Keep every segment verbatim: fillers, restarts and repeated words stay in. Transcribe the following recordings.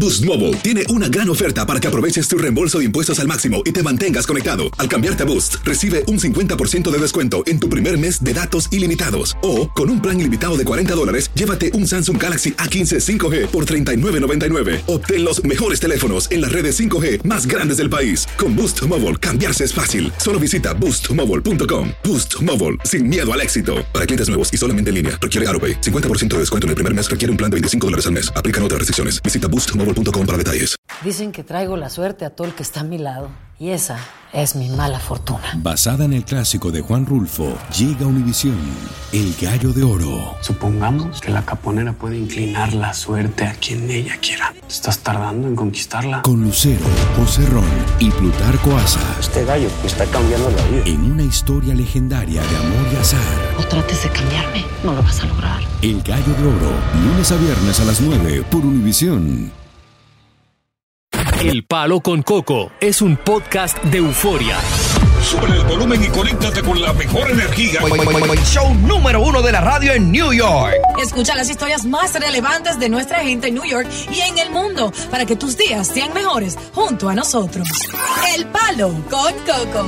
Boost Mobile tiene una gran oferta para que aproveches tu reembolso de impuestos al máximo y te mantengas conectado. Al cambiarte a Boost, recibe un cincuenta por ciento de descuento en tu primer mes de datos ilimitados. O, con un plan ilimitado de cuarenta dólares, llévate un Samsung Galaxy A quince cinco G por treinta y nueve noventa y nueve. Obtén los mejores teléfonos en las redes cinco G más grandes del país. Con Boost Mobile, cambiarse es fácil. Solo visita boost mobile punto com. Boost Mobile, sin miedo al éxito. Para clientes nuevos y solamente en línea, requiere AutoPay. cincuenta por ciento de descuento en el primer mes requiere un plan de veinticinco dólares al mes. Aplican otras restricciones. Visita boost mobile punto com para detalles. Dicen que traigo la suerte a todo el que está a mi lado. Y esa es mi mala fortuna. Basada en el clásico de Juan Rulfo, llega Univisión, El Gallo de Oro. Supongamos que la caponera puede inclinar la suerte a quien ella quiera. ¿Estás tardando en conquistarla? Con Lucero, José Ron y Plutarco Asa. Este gallo me está cambiando la vida. En una historia legendaria de amor y azar. No trates de cambiarme, no lo vas a lograr. El Gallo de Oro, lunes a viernes a las nueve por Univisión. El Palo con Coco es un podcast de euforia. Sube el volumen y conéctate con la mejor energía. Show número uno de la radio en New York. Escucha las historias más relevantes de nuestra gente en New York y en el mundo para que tus días sean mejores junto a nosotros. El Palo con Coco.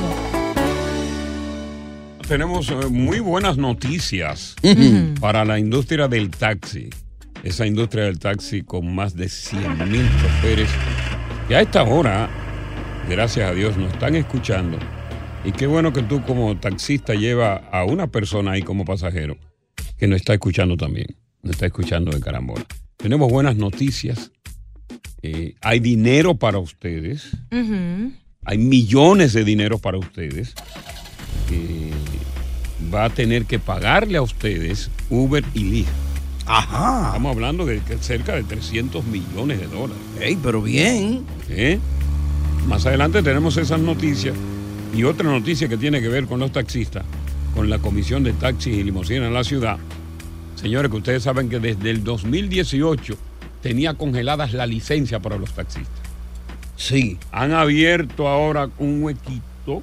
Tenemos muy buenas noticias Uh-huh. para la industria del taxi. Esa industria del taxi con más de cien mil choferes que a esta hora, gracias a Dios, nos están escuchando. Y qué bueno que tú como taxista llevas a una persona ahí como pasajero que nos está escuchando también. Nos está escuchando de carambola. Tenemos buenas noticias. Eh, hay dinero para ustedes. Uh-huh. Hay millones de dinero para ustedes. Que va a tener que pagarle a ustedes Uber y Lyft. Ajá. Estamos hablando de que cerca de trescientos millones de dólares. Ey, pero bien. ¿Eh? Más adelante tenemos esas noticias y otra noticia que tiene que ver con los taxistas, con la Comisión de Taxis y Limusinas en la ciudad. Señores, que ustedes saben que desde el dos mil dieciocho tenía congeladas la licencia para los taxistas. Sí. Han abierto ahora un huequito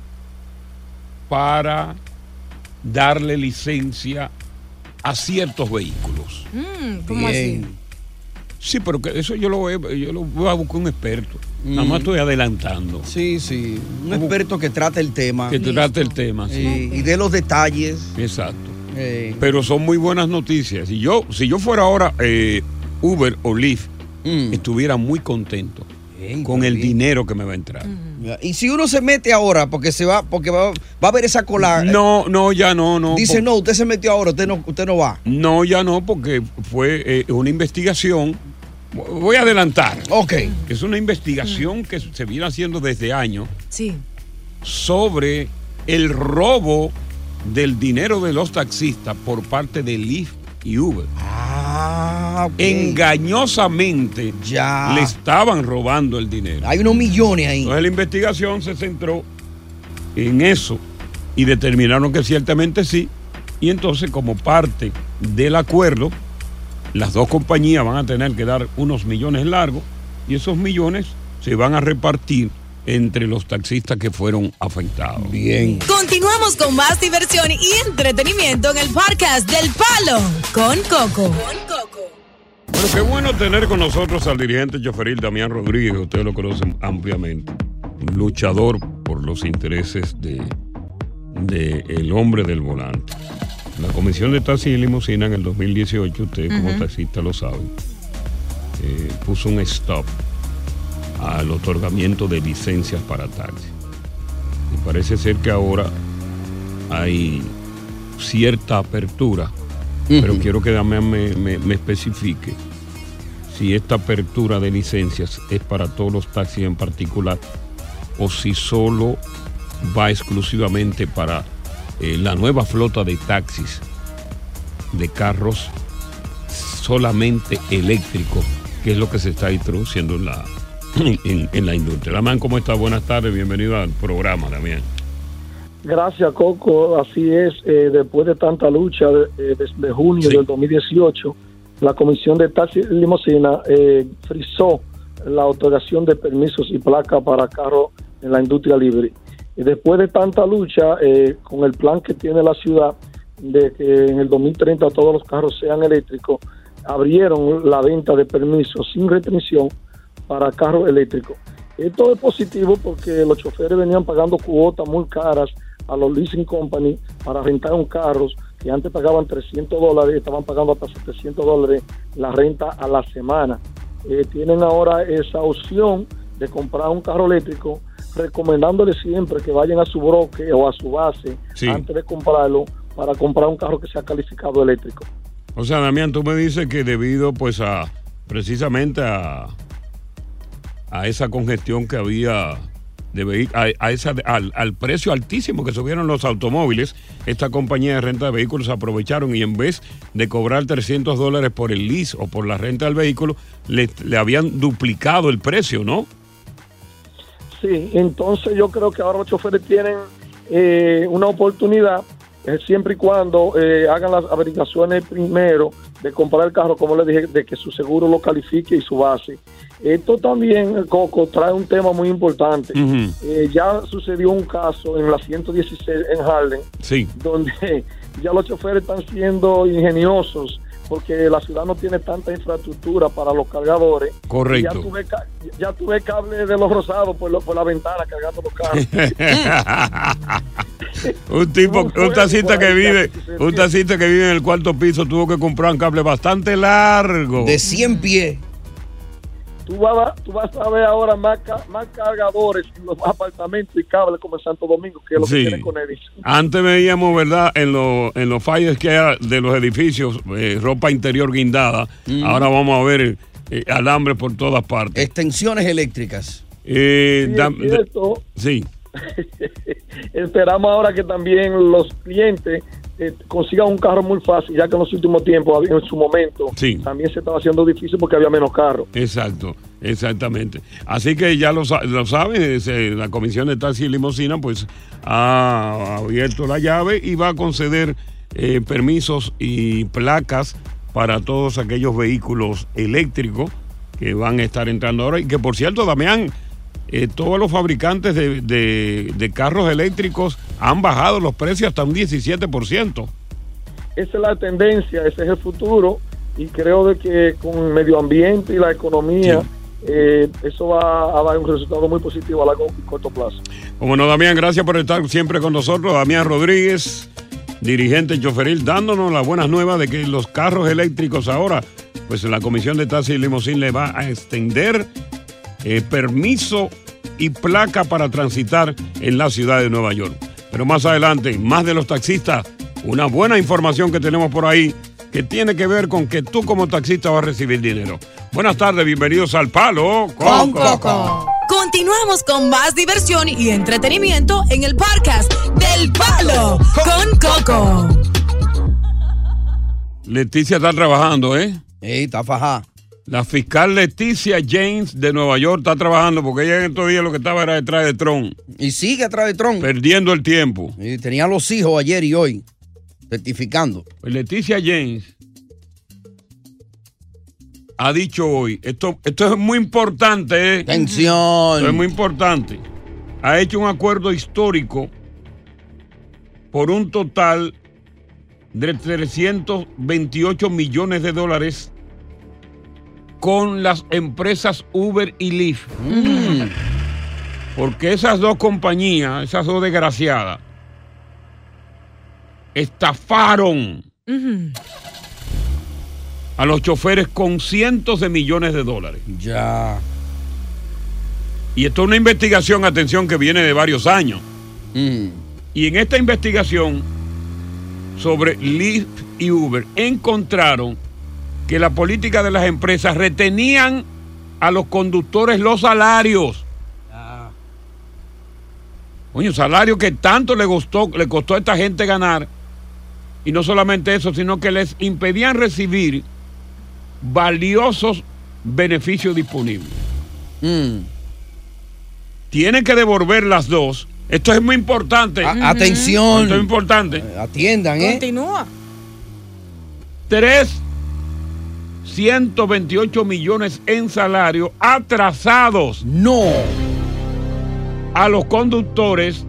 para darle licencia a ciertos vehículos. Mm, ¿Cómo Bien. así? Sí, pero que eso yo lo voy, yo lo voy a buscar un experto. Mm. Nada más estoy adelantando. Sí, sí. Un experto que trate el tema. Que trate el tema, sí. Eh, y de los detalles. Exacto. Eh, Pero son muy buenas noticias. Si yo, si yo fuera ahora eh, Uber o Lyft, mm. estuviera muy contento Ey, con pero el bien. dinero que me va a entrar. Y si uno se mete ahora, porque se va, porque va, va a haber esa cola. No, no, ya no, no. Dice, por- no, usted se metió ahora, usted no, usted no va. No, ya no, porque fue eh, una investigación. Voy a adelantar. Ok. Es una investigación que se viene haciendo desde años Sí. sobre el robo del dinero de los taxistas por parte de Lyft y Uber. Ah, ok. Engañosamente Ya. le estaban robando el dinero. Hay unos millones ahí. Entonces la investigación se centró en eso y determinaron que ciertamente sí. Y entonces, como parte del acuerdo, las dos compañías van a tener que dar unos millones largos y esos millones se van a repartir entre los taxistas que fueron afectados. Bien. Continuamos con más diversión y entretenimiento en el podcast del Palo con Coco. Bueno, qué bueno tener con nosotros al dirigente choferil Damián Rodríguez, ustedes lo conocen ampliamente, un luchador por los intereses de, de el hombre del volante. La Comisión de Taxi y Limusina en el dos mil dieciocho, ustedes como Ujú. taxistas lo saben, eh, puso un stop al otorgamiento de licencias para taxi. Y parece ser que ahora hay cierta apertura, pero Ujú. quiero que Damián me, me, me especifique si esta apertura de licencias es para todos los taxis en particular o si solo va exclusivamente para eh, la nueva flota de taxis, de carros solamente eléctricos, que es lo que se está introduciendo en la, en, en la industria. Damián, ¿cómo está? Buenas tardes, bienvenido al programa, Damián. Gracias, Coco. Así es, eh, después de tanta lucha, eh, desde junio Sí. del dos mil dieciocho, la Comisión de Taxi y Limusina eh, frizó la otorgación de permisos y placas para carros en la industria libre. Y después de tanta lucha, eh, con el plan que tiene la ciudad de que en el dos mil treinta todos los carros sean eléctricos, abrieron la venta de permisos sin restricción para carros eléctricos. Esto es positivo porque los choferes venían pagando cuotas muy caras a los leasing company para rentar un carro que antes pagaban trescientos dólares, estaban pagando hasta setecientos dólares la renta a la semana. Eh, tienen ahora esa opción de comprar un carro eléctrico, recomendándoles siempre que vayan a su broker o a su base sí. antes de comprarlo para comprar un carro que sea calificado eléctrico. O sea, Damián, tú me dices que debido pues a precisamente a, a esa congestión que había de vehi- a, a esa, al, al precio altísimo que subieron los automóviles, esta compañía de renta de vehículos aprovecharon y en vez de cobrar trescientos dólares por el lease o por la renta del vehículo, le, le habían duplicado el precio, ¿no? Sí, entonces yo creo que ahora los choferes tienen eh, una oportunidad, eh, siempre y cuando eh, hagan las averiguaciones primero de comprar el carro, como les dije, de que su seguro lo califique y su base. Esto también, Coco, trae un tema muy importante. Uh-huh. Eh, ya sucedió un caso en la ciento dieciséis en Harlem, sí. donde ya los choferes están siendo ingeniosos porque la ciudad no tiene tanta infraestructura para los cargadores. Correcto. Ya tuve, ya tuve cable de los rosados por, lo, por la ventana cargando los carros. un tipo, un, un taxista que vive, un taxista que vive en el cuarto piso tuvo que comprar un cable bastante largo. De cien pies. Tú vas, tú vas a ver ahora más, más cargadores en los apartamentos y cables como en Santo Domingo que lo sí. que tienen con Edison. Antes veíamos, ¿verdad? En, lo, en los fallos que hay de los edificios, eh, ropa interior guindada. Mm. Ahora vamos a ver eh, alambre por todas partes. Extensiones eléctricas. Eh, sí, da, es cierto. Sí. Esperamos ahora que también los clientes eh, consigan un carro muy fácil, ya que en los últimos tiempos, en su momento, sí. también se estaba haciendo difícil porque había menos carros. Exacto, exactamente. Así que ya lo, lo saben, la Comisión de Taxi y Limusina pues ha abierto la llave y va a conceder eh, permisos y placas para todos aquellos vehículos eléctricos que van a estar entrando ahora y que, por cierto, Damián, Eh, todos los fabricantes de, de, de carros eléctricos han bajado los precios hasta un diecisiete por ciento. Esa es la tendencia, ese es el futuro y creo de que con el medio ambiente y la economía sí. eh, eso va a dar un resultado muy positivo a largo y corto plazo. Como no, Damián, gracias por estar siempre con nosotros. Damián Rodríguez, dirigente choferil, dándonos las buenas nuevas de que los carros eléctricos ahora, pues la Comisión de Taxi y Limusina le va a extender Eh, permiso y placa para transitar en la ciudad de Nueva York. Pero más adelante, más de los taxistas, una buena información que tenemos por ahí que tiene que ver con que tú como taxista vas a recibir dinero. Buenas tardes, bienvenidos al Palo con Coco. Continuamos con más diversión y entretenimiento en el podcast del Palo con Coco. Leticia está trabajando, ¿eh? Sí, está fajada. La fiscal Leticia James de Nueva York está trabajando porque ella en estos días lo que estaba era detrás de Trump. Y sigue atrás de Trump. Perdiendo el tiempo. Y tenía los hijos ayer y hoy testificando. Pues Leticia James ha dicho hoy, esto, esto es muy importante, ¿eh? Atención. Esto es muy importante. Ha hecho un acuerdo histórico por un total de trescientos veintiocho millones de dólares con las empresas Uber y Lyft. Mm. Porque esas dos compañías, esas dos desgraciadas, estafaron uh-huh. a los choferes con cientos de millones de dólares. Ya. Y esto es una investigación, atención, que viene de varios años. Mm. Y en esta investigación sobre Lyft y Uber encontraron que la política de las empresas retenían a los conductores los salarios. Ah. Coño, salario que tanto le costó, le costó a esta gente ganar. Y no solamente eso, sino que les impedían recibir valiosos beneficios disponibles. Mm. Tienen que devolver las dos. Esto es muy importante. A- atención. Esto es importante. Atiendan, ¿eh? Continúa. Tres. ciento veintiocho millones en salario atrasados. No. A los conductores.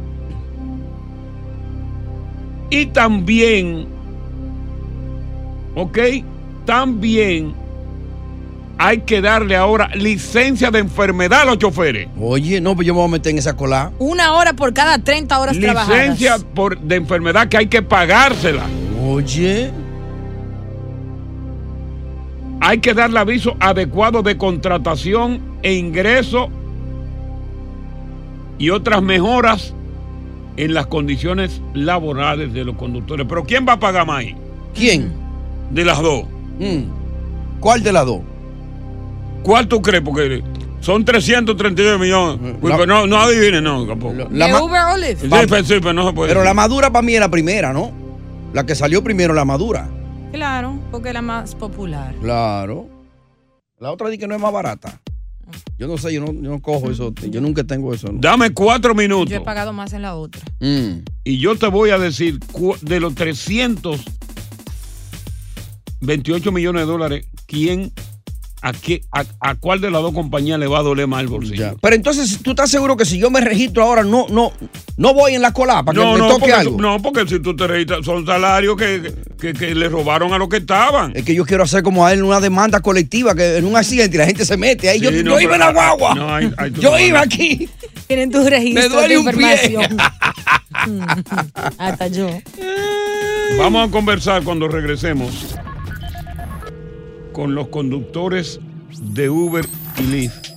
Y también, ok, también hay que darle ahora licencia de enfermedad a los choferes. Oye, no, pues yo me voy a meter en esa cola. Una hora por cada treinta horas trabajadas. Licencia por, de enfermedad que hay que pagársela. Oye. Hay que darle aviso adecuado de contratación e ingreso y otras mejoras en las condiciones laborales de los conductores. Pero ¿quién va a pagar más ahí? ¿Quién? De las dos. Mm. ¿Cuál de las dos? ¿Cuál tú crees? Porque son trescientos treinta y nueve millones. La, pues no, no adivinen, no, tampoco. La, ¿De Uber o Lyft? Sí, pero, sí, pero no se puede Pero decir. la madura para mí es la primera, ¿no? La que salió primero, la madura. Claro, porque es la más popular. Claro. La otra di que no es más barata. Yo no sé, yo no, yo no cojo eso. Yo nunca tengo eso, ¿no? Dame cuatro minutos. Yo he pagado más en la otra. Mm. Y yo te voy a decir, de los trescientos veintiocho millones de dólares, ¿quién, a, qué, a, a cuál de las dos compañías le va a doler más el bolsillo? Ya. Pero entonces, ¿tú estás seguro que si yo me registro ahora no no no voy en la cola para que no, me no, toque porque, algo? No, porque si tú te registras, son salarios que, que, que le robaron a los que estaban. Es que yo quiero hacer como a él una demanda colectiva, que en un accidente y la gente se mete ahí. Sí, yo no, yo iba en la guagua. No, hay, hay yo iba aquí. Tienen tus registros me duele de un información. Pie. Hasta yo. Vamos a conversar cuando regresemos con los conductores de Uber y Lyft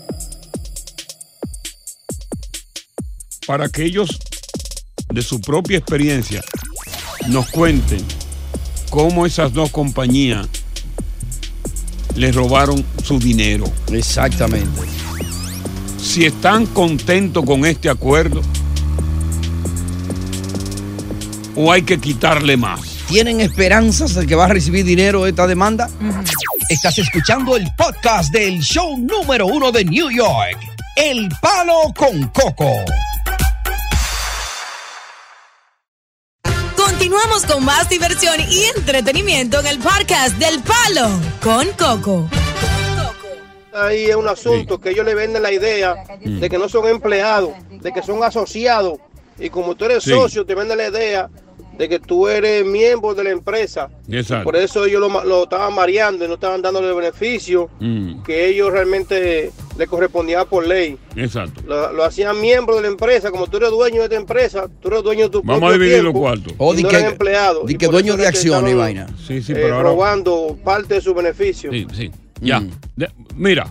para que ellos, de su propia experiencia, nos cuenten cómo esas dos compañías les robaron su dinero. Exactamente. Si están contentos con este acuerdo o hay que quitarle más. ¿Tienen esperanzas de que va a recibir dinero de esta demanda? Uh-huh. Estás escuchando el podcast del show número uno de New York, El Palo con Coco. Continuamos con más diversión y entretenimiento en el podcast del Palo con Coco. Ahí es un asunto sí. que ellos le venden la idea mm. de que no son empleados, de que son asociados. Y como tú eres sí. socio, te venden la idea de que tú eres miembro de la empresa. Por eso ellos lo, lo estaban mareando y no estaban dándole el beneficio mm. que ellos realmente le correspondía por ley. Exacto. Lo, lo hacían miembro de la empresa. Como tú eres dueño de esta empresa, tú eres dueño de tu Vamos propio a dividir tiempo, los cuartos. O di no que, eres empleado. Di que dueño de acciones y vaina. Sí, sí, eh, pero ahora... robando parte de su beneficio. Sí, sí. Ya. Mm. De, mira.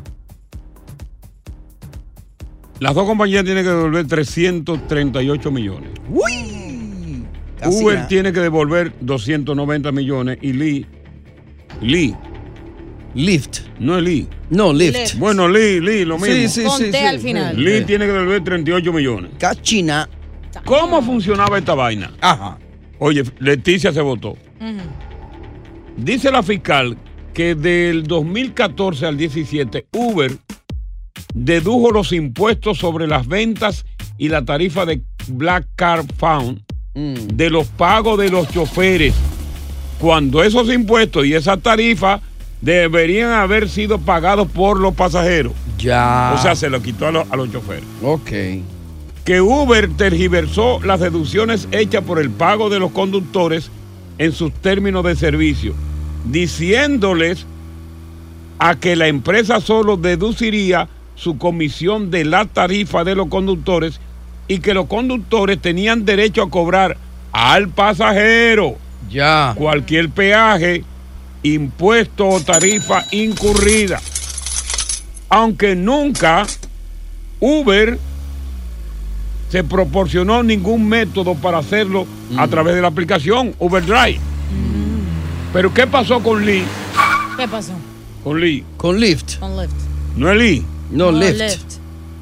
Las dos compañías tienen que devolver trescientos treinta y ocho millones. ¡Uy! Uber nada. Tiene que devolver doscientos noventa millones y Lee, Lee, Lyft. No es Lee. No, Lyft. Bueno, Lee, Lee, lo mismo. Sí, sí, Conté sí, sí, al final. Lee sí. tiene que devolver treinta y ocho millones. Cachina. ¿Cómo funcionaba esta vaina? Ajá. Oye, Leticia se votó. Uh-huh. Dice la fiscal que del dos mil catorce al diecisiete, Uber dedujo los impuestos sobre las ventas y la tarifa de Black Car Fund mm. de los pagos de los choferes, cuando esos impuestos y esa tarifa deberían haber sido pagados por los pasajeros. Ya. O sea, se lo quitó a, lo, a los choferes. Ok. Que Uber tergiversó las deducciones hechas por el pago de los conductores en sus términos de servicio, diciéndoles a que la empresa solo deduciría su comisión de la tarifa de los conductores y que los conductores tenían derecho a cobrar al pasajero ya cualquier peaje, impuesto o tarifa incurrida. Aunque nunca Uber se proporcionó ningún método para hacerlo mm. a través de la aplicación Uber Drive. Mm. Pero ¿qué pasó con Lee? ¿Qué pasó? Con Lee. Con Lyft. Con Lyft. No es Lee. No, no Lyft. Lyft.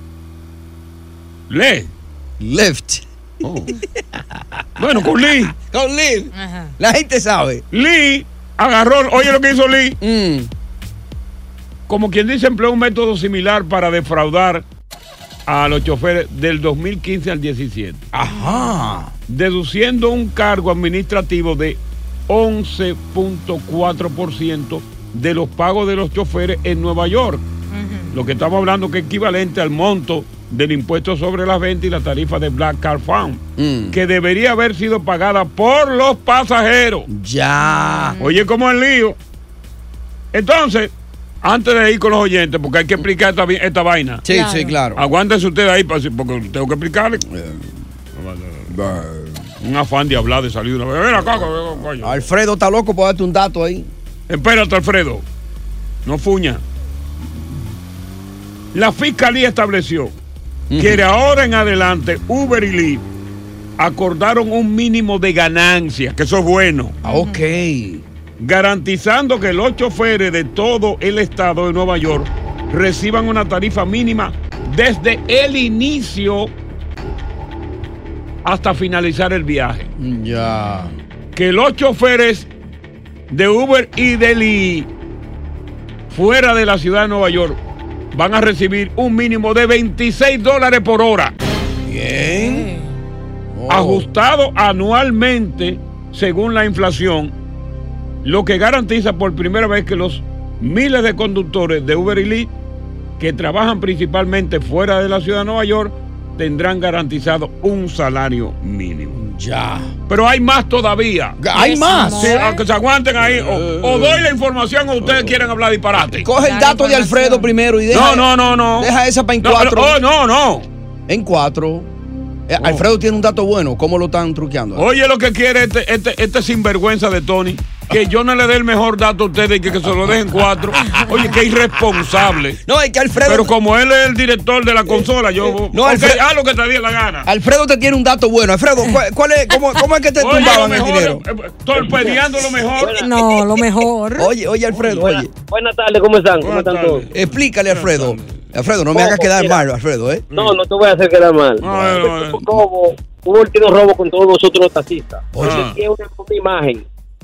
Lee. Lyft. Oh. Bueno, con Lee. Con Lyft. Ajá. La gente sabe. Lee agarró, oye lo que hizo Lee. Mm. Como quien dice, empleó un método similar para defraudar a los choferes del dos mil quince al diecisiete. Ajá. Deduciendo un cargo administrativo de once punto cuatro por ciento de los pagos de los choferes en Nueva York. Uh-huh. Lo que estamos hablando que es equivalente al monto del impuesto sobre las ventas y la tarifa de Black Car Fund, mm. que debería haber sido pagada por los pasajeros. Ya. Oye, ¿cómo es el lío? Entonces, Antes de ir con los oyentes, porque hay que explicar esta, esta vaina. Sí, claro. sí, claro. Aguántense ustedes ahí, porque tengo que explicarle. Un afán de hablar, de salir de una vez. Ven acá, coño. Alfredo está loco por darte un dato ahí. Espérate, Alfredo. No fuña. La fiscalía estableció uh-huh. que de ahora en adelante Uber y Lyft acordaron un mínimo de ganancias, que eso es bueno. Ah, ok. Garantizando que los choferes de todo el estado de Nueva York reciban una tarifa mínima desde el inicio hasta finalizar el viaje. Ya. Que los choferes de Uber y de Lyft fuera de la ciudad de Nueva York van a recibir un mínimo de veintiséis dólares por hora. Bien. Oh. Ajustado anualmente según la inflación, lo que garantiza por primera vez que los miles de conductores de Uber y Lyft que trabajan principalmente fuera de la ciudad de Nueva York tendrán garantizado un salario mínimo. Ya. Pero hay más todavía. ¿Hay más? Sí, aunque se aguanten ahí. O, o doy la información o ustedes quieren hablar disparate. Coge el dato de Alfredo primero y deja. No, no, no, no. Deja esa para en no, cuatro. Oh, no, no. En cuatro. Eh, Oh. Alfredo tiene un dato bueno. ¿Cómo lo están truqueando? Oye, lo que quiere este, este, este sinvergüenza de Tony, que yo no le dé el mejor dato a ustedes y que, que se lo dejen cuatro. Oye, qué irresponsable. No, es que Alfredo. Pero como él es el director de la consola, yo. No, okay, Alfredo, haz lo que te dé la gana. Alfredo te tiene un dato bueno. Alfredo, ¿cuál, cuál es, cómo, ¿cómo es que te Oye, tumbaban lo el mejor, dinero? eh, torpedeando lo mejor. No, lo mejor. Oye, oye, Alfredo, Buena, oye. Buenas tardes, ¿cómo están? ¿Cómo Buenas están tardes. todos? Explícale, Alfredo. Alfredo, no me ¿Cómo? hagas quedar Mira. mal, Alfredo, ¿eh? No, no te voy a hacer quedar mal. No, no, no, no. Como hubo el tiro robo con todos nosotros los taxistas. Oye. Oye, aquí es una, una imagen.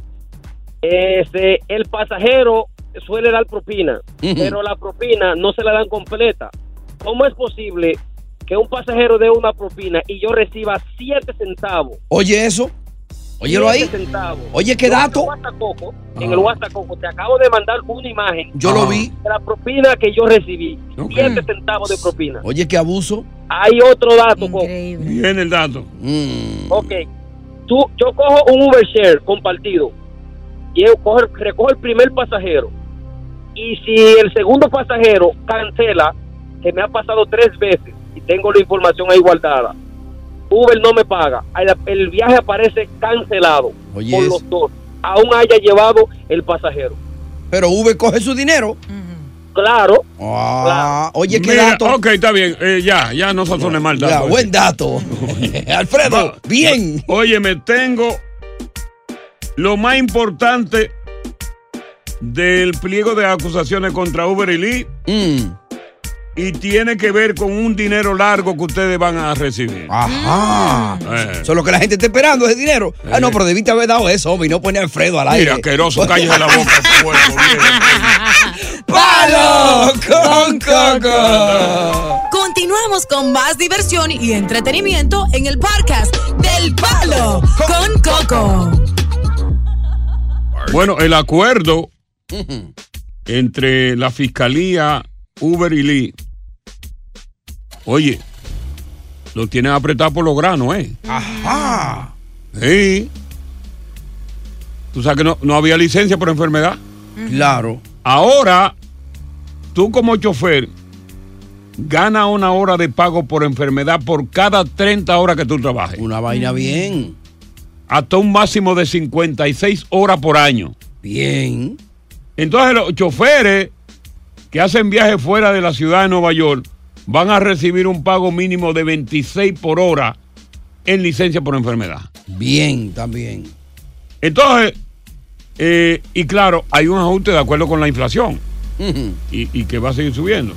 Este, el pasajero suele dar propina, Ujú. pero la propina no se la dan completa. ¿Cómo es posible que un pasajero dé una propina y yo reciba siete centavos? Oye, eso. Óyelo ahí. siete centavos. Oye, ¿qué Yo dato? En el WhatsApp Coco, en Ah. el WhatsApp Coco, te acabo de mandar una imagen Yo lo vi. de la propina que yo recibí. Ok. siete centavos de propina. Oye, qué abuso. Hay otro dato, Coco. Increíble. Viene el dato. Mm. Ok, tú, yo cojo un Uber Share compartido y yo cojo, recojo el primer pasajero y si el segundo pasajero cancela, que me ha pasado tres veces y tengo la información ahí guardada, Uber no me paga, el, el viaje aparece cancelado. Oye, por eso. los dos, aún haya llevado el pasajero. Pero Uber coge su dinero. Claro. Ah, oye, qué Mira, dato. ok, está bien. Eh, ya, ya no se sone mal. Ya, dato. buen dato. Alfredo, Va. bien. Oye, me tengo lo más importante del pliego de acusaciones contra Uber y Lyft Mm. y tiene que ver con un dinero largo que ustedes van a recibir. Ajá. Eh. Eso es lo que la gente está esperando, ese dinero. Ah, no, pero debiste haber dado eso, hombre, y no poner a Alfredo al aire. Mira, asqueroso, cállese la boca, puerco, mira. ¡Palo con Coco! Continuamos con más diversión y entretenimiento en el podcast del Palo con Coco. Bueno, el acuerdo Ujú. entre la fiscalía, Uber y Lyft, oye, lo tienen apretado por los granos, ¿eh? Ajá. Sí. Tú sabes que no, no había licencia por enfermedad. Claro. Ahora, tú como chofer, gana una hora de pago por enfermedad por cada treinta horas que tú trabajes. Una vaina bien. Hasta un máximo de cincuenta y seis horas por año. Bien. Entonces los choferes que hacen viajes fuera de la ciudad de Nueva York van a recibir un pago mínimo de veintiséis por hora en licencia por enfermedad. Bien, también. Entonces, eh, y claro, hay un ajuste de acuerdo con la inflación Ujú. y, y que va a seguir subiendo.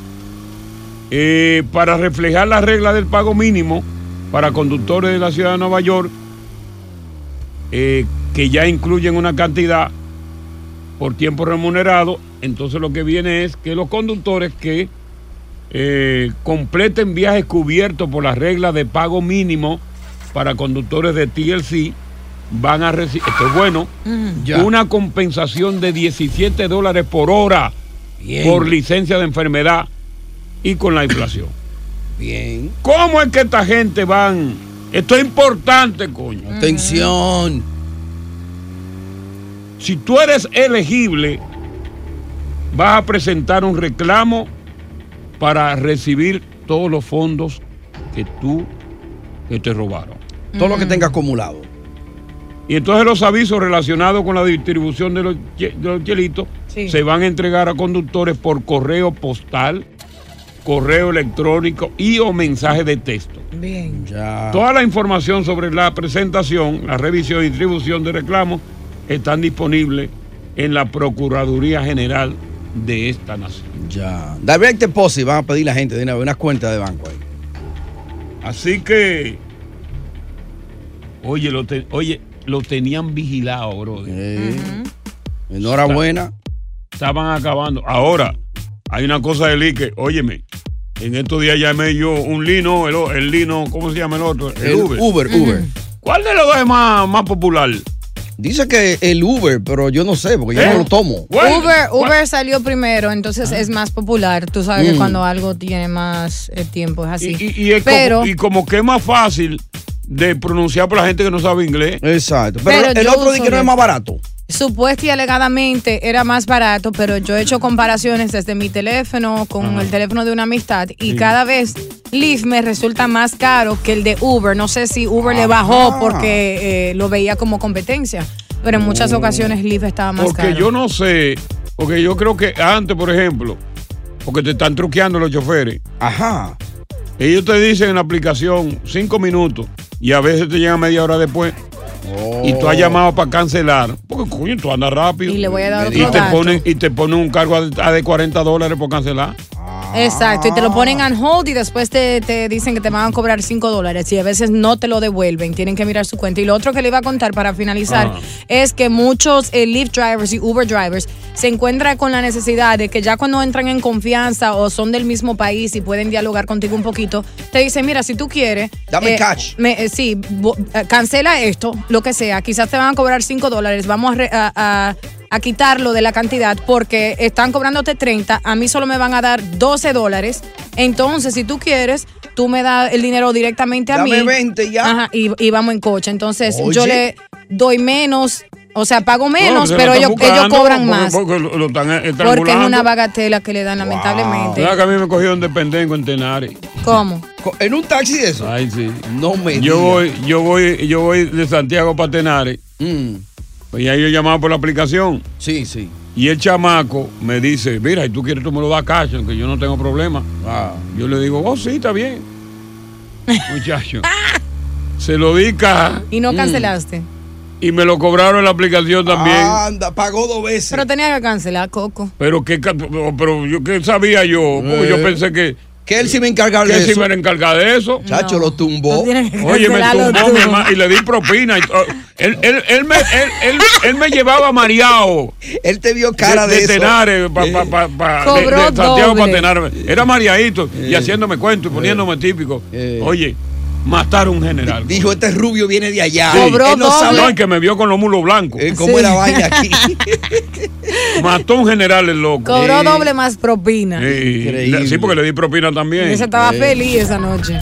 Eh, para reflejar la regla del pago mínimo para conductores de la ciudad de Nueva York, eh, que ya incluyen una cantidad por tiempo remunerado, entonces lo que viene es que los conductores que eh, completen viajes cubiertos por la regla de pago mínimo para conductores de T L C van a recibir, esto es bueno, Ya. una compensación de diecisiete dólares por hora Bien. por licencia de enfermedad y con la inflación. Bien. ¿Cómo es que esta gente van? Esto es importante, coño. Atención. Si tú eres elegible vas a presentar un reclamo para recibir todos los fondos que tú que te robaron. Todo mm. lo que tenga acumulado. Y entonces los avisos relacionados con la distribución de los, de los chelitos sí. se van a entregar a conductores por correo postal, correo electrónico y o mensaje de texto. Bien. Ya. Toda la información sobre la presentación, la revisión y distribución de reclamos están disponibles en la Procuraduría General de esta nación. Ya. Direct Deposit van a pedir la gente de una, una cuenta de banco ahí. Así que, oye, lo, te, oye, lo tenían vigilado, bro. Eh, uh-huh. Enhorabuena. Estaban acabando. Ahora, hay una cosa de Lique, óyeme. En estos días llamé yo un Lino, el, el Lino, ¿cómo se llama el otro? El, el Uber. Uber, uh-huh. Uber. ¿Cuál de los dos es más, más popular? Dice que el Uber, pero yo no sé, porque ¿Eh? yo no lo tomo. Bueno, Uber, Uber salió primero, entonces ah. es más popular. Tú sabes mm. que cuando algo tiene más eh, tiempo es así. Y, y, y, es pero, como, y como que es más fácil de pronunciar por la gente que no sabe inglés. Exacto. Pero, pero el otro dice que no es más barato. Supuesta y alegadamente era más barato, pero yo he hecho comparaciones desde mi teléfono con Ajá. el teléfono de una amistad y sí. cada vez Lyft me resulta más caro que el de Uber. No sé si Uber Ajá. le bajó porque eh, lo veía como competencia, pero en muchas oh. ocasiones Lyft estaba más porque caro. Porque yo no sé, porque yo creo que antes, por ejemplo, porque te están truqueando los choferes. Ajá. Ellos te dicen en la aplicación cinco minutos y a veces te llegan media hora después. Oh. Y tú has llamado para cancelar. Porque, coño, tú andas rápido. Y le voy a dar otro y te dato. ponen Y te ponen un cargo de cuarenta dólares por cancelar. Exacto, y te lo ponen on hold y después te, te dicen que te van a cobrar cinco dólares y a veces no te lo devuelven, tienen que mirar su cuenta. Y lo otro que le iba a contar para finalizar ah. es que muchos eh, Lyft drivers y Uber drivers se encuentran con la necesidad de que ya cuando entran en confianza o son del mismo país y pueden dialogar contigo un poquito, te dicen, mira, si tú quieres... Dame eh, cash. Me, eh, sí, bo, eh, cancela esto, lo que sea, quizás te van a cobrar cinco dólares, vamos a... Re, a, a a quitarlo de la cantidad porque están cobrándote treinta, a mí solo me van a dar doce dólares, entonces si tú quieres, tú me das el dinero directamente a Dame mí. Dame veinte ya. Ajá, y, y vamos en coche, entonces Oye. yo le doy menos, o sea, pago menos, no, pero ellos, ellos cobran porque, más. Porque, lo, lo están porque es una bagatela que le dan, wow. lamentablemente. Claro que a mí me cogieron de pendejo en Tenares. ¿Cómo? ¿En un taxi de eso? Ay, sí. No me yo voy, yo voy, yo voy de Santiago para Tenares. Mm. Pues ya yo llamaba por la aplicación. Sí, sí. Y el chamaco me dice, mira, y tú quieres, tú me lo das cash, aunque yo no tengo problema. Ah. Yo le digo, oh, sí, está bien. Muchacho. Se lo di cash. ¿Y no cancelaste? Mm. Y me lo cobraron en la aplicación también. Anda, pagó dos veces. Pero tenía que cancelar, Coco. Pero qué, pero yo qué sabía yo, porque eh. yo pensé que... Que él sí me encargaba de eso. Que él sí me encargaba de eso. Chacho, no, lo tumbó. No Oye, me tumbó mi hermano y le di propina. Y, uh, él, él, él, me, él, él, él me llevaba mareado. Él te vio cara de, de, de eso. Tenares, pa, pa, pa, pa, de, de Santiago para Tenares. Era mareadito eh. y haciéndome cuento y poniéndome típico. Eh. Oye, matar a un general. Dijo, este rubio viene de allá. Sí. Cobró no doble. sabe. No, y que me vio con los mulos blancos. Eh, ¿Cómo sí. era vaina aquí? Mató a un general el loco. Cobró eh. doble más propina. Sí. sí, porque le di propina también. Ese estaba eh. feliz esa noche.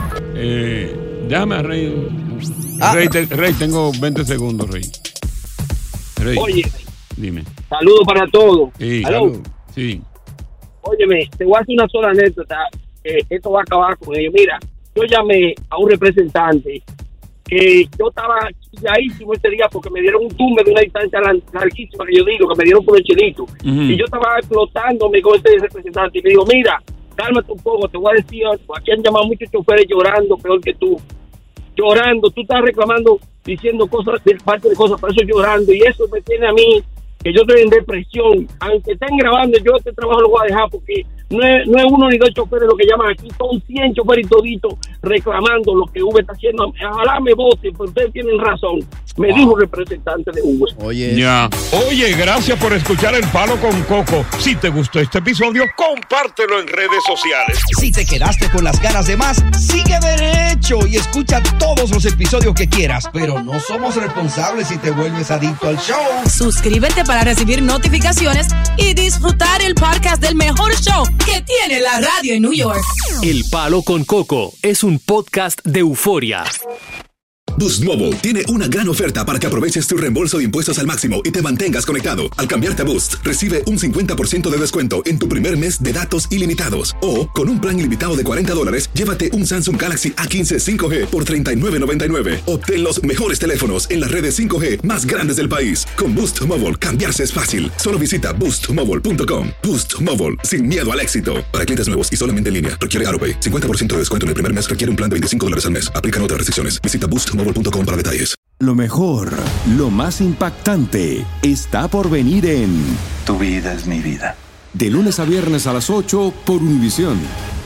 Eh, déjame a Rey. Ah. Rey, te, Rey, tengo veinte segundos, Rey. Rey. Oye. Dime. Saludos para todos. Sí, salud. Sí. Óyeme, te voy a hacer una sola anécdota. Eh, esto va a acabar con ello. Mira, yo llamé a un representante que yo estaba chilladísimo ese día porque me dieron un tumbe de una distancia larguísima que yo digo, que me dieron por el chelito. Uh-huh. Y yo estaba explotándome con este representante y me digo, mira, cálmate un poco, te voy a decir, aquí han llamado muchos choferes llorando, peor que tú. Llorando, tú estás reclamando, diciendo cosas, de parte de cosas, por eso llorando. Y eso me tiene a mí, que yo estoy en depresión. Aunque estén grabando, yo este trabajo lo voy a dejar porque no es, no es uno ni dos choferes lo que llaman aquí, son cien choferes toditos reclamando lo que Uber está haciendo. Ojalá me voten, pero ustedes tienen razón. Me wow. dijo el representante de Uber. Oye, ya. Oye, gracias por escuchar El Palo con Coco. Si te gustó este episodio, compártelo en redes sociales. Si te quedaste con las ganas de más, sigue derecho y escucha todos los episodios que quieras. Pero no somos responsables si te vuelves adicto al show. Suscríbete para recibir notificaciones y disfrutar el podcast del mejor show que tiene la radio en New York. El Palo con Coco es un podcast de Euforia. Boost Mobile tiene una gran oferta para que aproveches tu reembolso de impuestos al máximo y te mantengas conectado. Al cambiarte a Boost, recibe un cincuenta por ciento de descuento en tu primer mes de datos ilimitados. O, con un plan ilimitado de cuarenta dólares, llévate un Samsung Galaxy A quince cinco G por treinta y nueve noventa y nueve. Obtén los mejores teléfonos en las redes cinco G más grandes del país. Con Boost Mobile, cambiarse es fácil. Solo visita boost mobile punto com. Boost Mobile, sin miedo al éxito. Para clientes nuevos y solamente en línea, requiere AutoPay. cincuenta por ciento de descuento en el primer mes, requiere un plan de veinticinco dólares al mes. Aplican otras restricciones. Visita boost mobile punto com para detalles. Lo mejor, lo más impactante, está por venir en Tu vida es mi vida. De lunes a viernes a las ocho por Univisión.